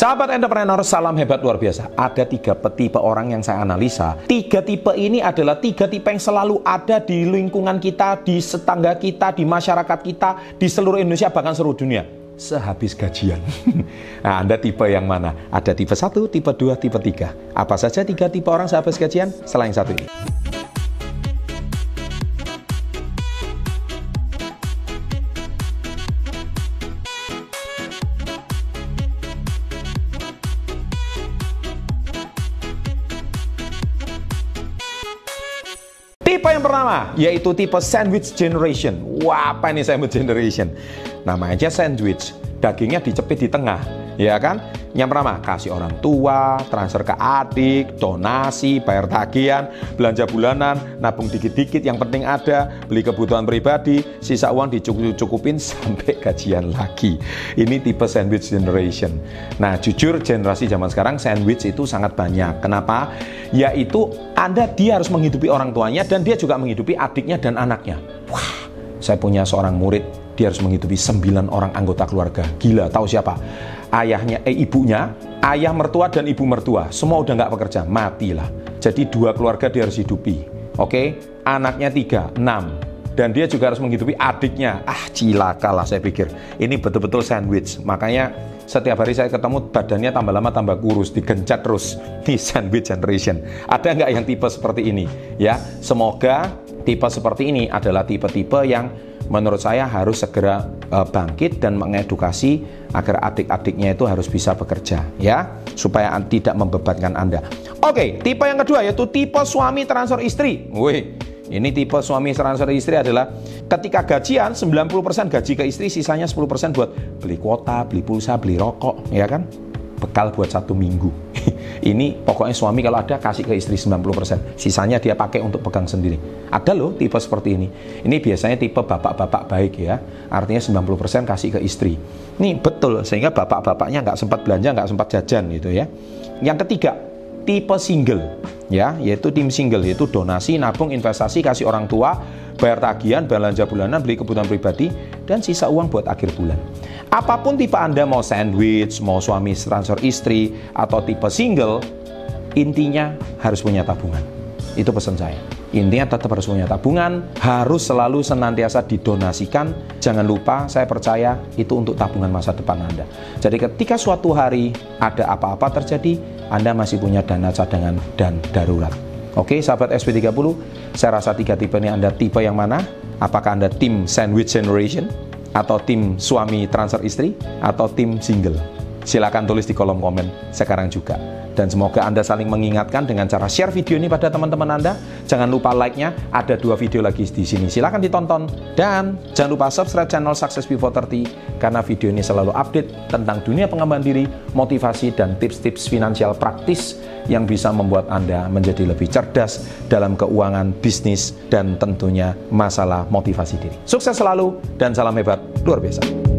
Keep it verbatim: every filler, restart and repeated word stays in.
Sahabat entrepreneur, salam hebat luar biasa. Ada tiga tipe orang yang saya analisa. Tiga tipe ini adalah tiga tipe yang selalu ada di lingkungan kita, di tetangga kita, di masyarakat kita, di seluruh Indonesia, bahkan seluruh dunia. Sehabis gajian. Nah, Anda tipe yang mana? Ada tipe satu, tipe dua, tipe tiga. Apa saja tiga tipe orang sehabis gajian? Selain satu ini. Tipe yang pertama, yaitu tipe sandwich generation. Wah, apa ini sandwich generation? Namanya sandwich, dagingnya dicepit di tengah, ya kan? Yang pertama, kasih orang tua, transfer ke adik, donasi, bayar tagihan, belanja bulanan, nabung dikit-dikit, yang penting ada, beli kebutuhan pribadi, sisa uang dicukup-cukupin sampai gajian lagi. Ini tipe sandwich generation. Nah, jujur generasi zaman sekarang sandwich itu sangat banyak. Kenapa? Yaitu Anda dia harus menghidupi orang tuanya dan dia juga menghidupi adiknya dan anaknya. Wah, saya punya seorang murid, dia harus menghidupi sembilan orang anggota keluarga. Gila, tahu siapa? Ayahnya, eh ibunya, ayah mertua dan ibu mertua. Semua udah nggak bekerja, matilah. Jadi dua keluarga dia harus hidupi. Oke, anaknya tiga, enam. Dan dia juga harus menghidupi adiknya. Ah, cilaka lah saya pikir. Ini betul-betul sandwich. Makanya setiap hari saya ketemu badannya tambah lama tambah kurus, digencat terus. Ini sandwich generation. Ada nggak yang tipe seperti ini? Ya, semoga tipe seperti ini adalah tipe-tipe yang menurut saya harus segera uh, bangkit dan mengedukasi agar adik-adiknya itu harus bisa bekerja, ya, supaya tidak membebankan Anda. Oke, tipe yang kedua yaitu tipe suami transfer istri. Wih, ini tipe suami transfer istri adalah ketika gajian sembilan puluh persen gaji ke istri, sisanya sepuluh persen buat beli kuota, beli pulsa, beli rokok, ya kan? Bekal buat satu minggu. Ini pokoknya suami kalau ada kasih ke istri sembilan puluh persen, sisanya dia pakai untuk pegang sendiri. Ada loh tipe seperti ini. Ini biasanya tipe bapak-bapak baik, ya. Artinya sembilan puluh persen kasih ke istri. Ini betul, sehingga bapak-bapaknya nggak sempat belanja, nggak sempat jajan gitu, ya. Yang ketiga, tipe single, ya, yaitu tim single, yaitu donasi, nabung, investasi, kasih orang tua, bayar tagihan, belanja bulanan, beli kebutuhan pribadi, dan sisa uang buat akhir bulan. Apapun tipe Anda, mau sandwich, mau suami transfer istri, atau tipe single, intinya harus punya tabungan. Itu pesan saya. Intinya tetap harus punya tabungan, harus selalu senantiasa didonasikan. Jangan lupa, saya percaya itu untuk tabungan masa depan Anda. Jadi ketika suatu hari ada apa-apa terjadi, Anda masih punya dana cadangan dan darurat. Oke, sahabat S P tiga puluh, saya rasa tiga tipe ini Anda tipe yang mana? Apakah Anda tim sandwich generation, atau tim suami transfer istri, atau tim single? Silakan tulis di kolom komen sekarang juga. Dan semoga Anda saling mengingatkan dengan cara share video ini pada teman-teman Anda. Jangan lupa like-nya, ada dua video lagi di sini. Silakan ditonton. Dan jangan lupa subscribe channel Success Before tiga puluh, karena video ini selalu update tentang dunia pengembangan diri, motivasi, dan tips-tips finansial praktis yang bisa membuat Anda menjadi lebih cerdas dalam keuangan, bisnis, dan tentunya masalah motivasi diri. Sukses selalu dan salam hebat luar biasa.